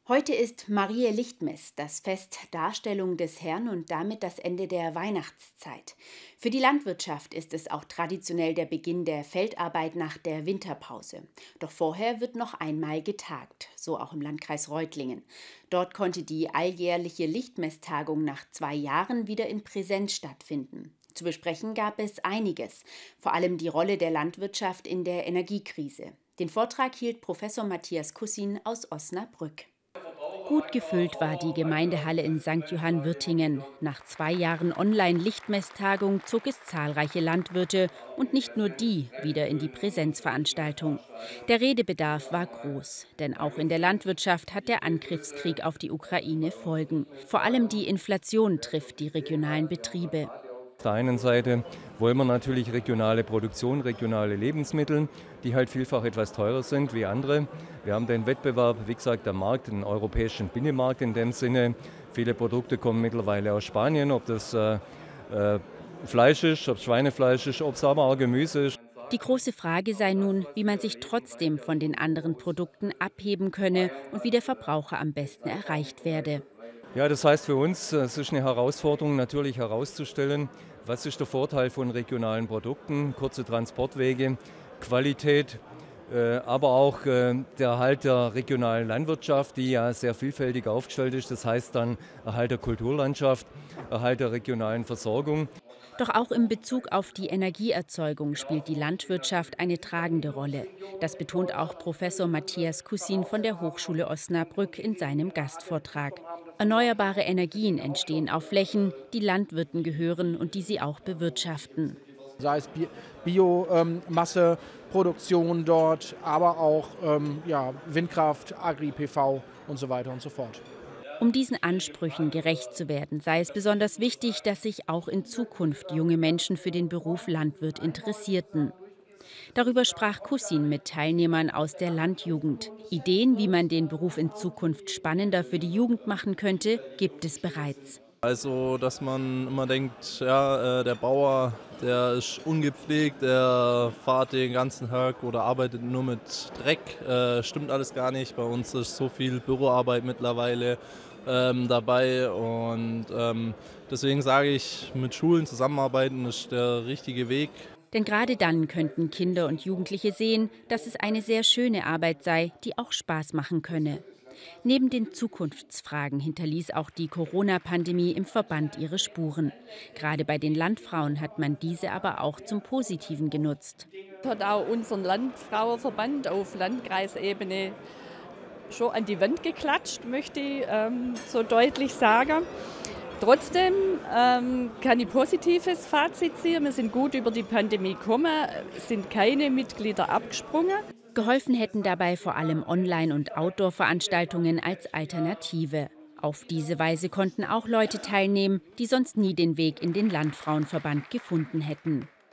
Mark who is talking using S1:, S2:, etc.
S1: Heute ist Mariä Lichtmess, das Fest Darstellung des Herrn und damit das Ende der Weihnachtszeit. Für die Landwirtschaft ist es auch traditionell der Beginn der Feldarbeit nach der Winterpause. Doch vorher wird noch einmal getagt, so auch im Landkreis Reutlingen. Dort konnte die alljährliche Lichtmesstagung nach 2 Jahren wieder in Präsenz stattfinden. Zu besprechen gab es einiges, vor allem die Rolle der Landwirtschaft in der Energiekrise. Den Vortrag hielt Professor Matthias Kussin aus Osnabrück. Gut gefüllt war die Gemeindehalle in St. Johann Wirtingen. Nach 2 Jahren Online-Lichtmesstagung zog es zahlreiche Landwirte und nicht nur die wieder in die Präsenzveranstaltung. Der Redebedarf war groß, denn auch in der Landwirtschaft hat der Angriffskrieg auf die Ukraine Folgen. Vor allem die Inflation trifft die regionalen Betriebe.
S2: Auf der einen Seite wollen wir natürlich regionale Produktion, regionale Lebensmittel, die halt vielfach etwas teurer sind wie andere. Wir haben den Wettbewerb, wie gesagt, der Markt, den europäischen Binnenmarkt in dem Sinne. Viele Produkte kommen mittlerweile aus Spanien, ob das Fleisch ist, ob es Schweinefleisch ist, ob es aber auch Gemüse ist.
S1: Die große Frage sei nun, wie man sich trotzdem von den anderen Produkten abheben könne und wie der Verbraucher am besten erreicht werde.
S2: Ja, das heißt für uns, es ist eine Herausforderung, natürlich herauszustellen, was ist der Vorteil von regionalen Produkten, kurze Transportwege, Qualität, aber auch der Erhalt der regionalen Landwirtschaft, die ja sehr vielfältig aufgestellt ist. Das heißt dann Erhalt der Kulturlandschaft, Erhalt der regionalen Versorgung.
S1: Doch auch in Bezug auf die Energieerzeugung spielt die Landwirtschaft eine tragende Rolle. Das betont auch Professor Matthias Kussin von der Hochschule Osnabrück in seinem Gastvortrag. Erneuerbare Energien entstehen auf Flächen, die Landwirten gehören und die sie auch bewirtschaften.
S3: Sei es Biomasse, Produktion dort, aber auch Windkraft, Agri-PV und so weiter und so fort.
S1: Um diesen Ansprüchen gerecht zu werden, sei es besonders wichtig, dass sich auch in Zukunft junge Menschen für den Beruf Landwirt interessierten. Darüber sprach Kussin mit Teilnehmern aus der Landjugend. Ideen, wie man den Beruf in Zukunft spannender für die Jugend machen könnte, gibt es bereits.
S4: Also, dass man immer denkt, ja, der Bauer, der ist ungepflegt, der fährt den ganzen Tag oder arbeitet nur mit Dreck. Stimmt alles gar nicht. Bei uns ist so viel Büroarbeit mittlerweile dabei und deswegen sage ich, mit Schulen zusammenarbeiten ist der richtige Weg.
S1: Denn gerade dann könnten Kinder und Jugendliche sehen, dass es eine sehr schöne Arbeit sei, die auch Spaß machen könne. Neben den Zukunftsfragen hinterließ auch die Corona-Pandemie im Verband ihre Spuren. Gerade bei den Landfrauen hat man diese aber auch zum Positiven genutzt.
S5: Hat auch unseren Landfrauenverband auf Landkreisebene schon an die Wand geklatscht, möchte ich so deutlich sagen. Trotzdem kann ich positives Fazit ziehen. Wir sind gut über die Pandemie gekommen, sind keine Mitglieder abgesprungen.
S1: Geholfen hätten dabei vor allem Online- und Outdoor-Veranstaltungen als Alternative. Auf diese Weise konnten auch Leute teilnehmen, die sonst nie den Weg in den Landfrauenverband gefunden hätten.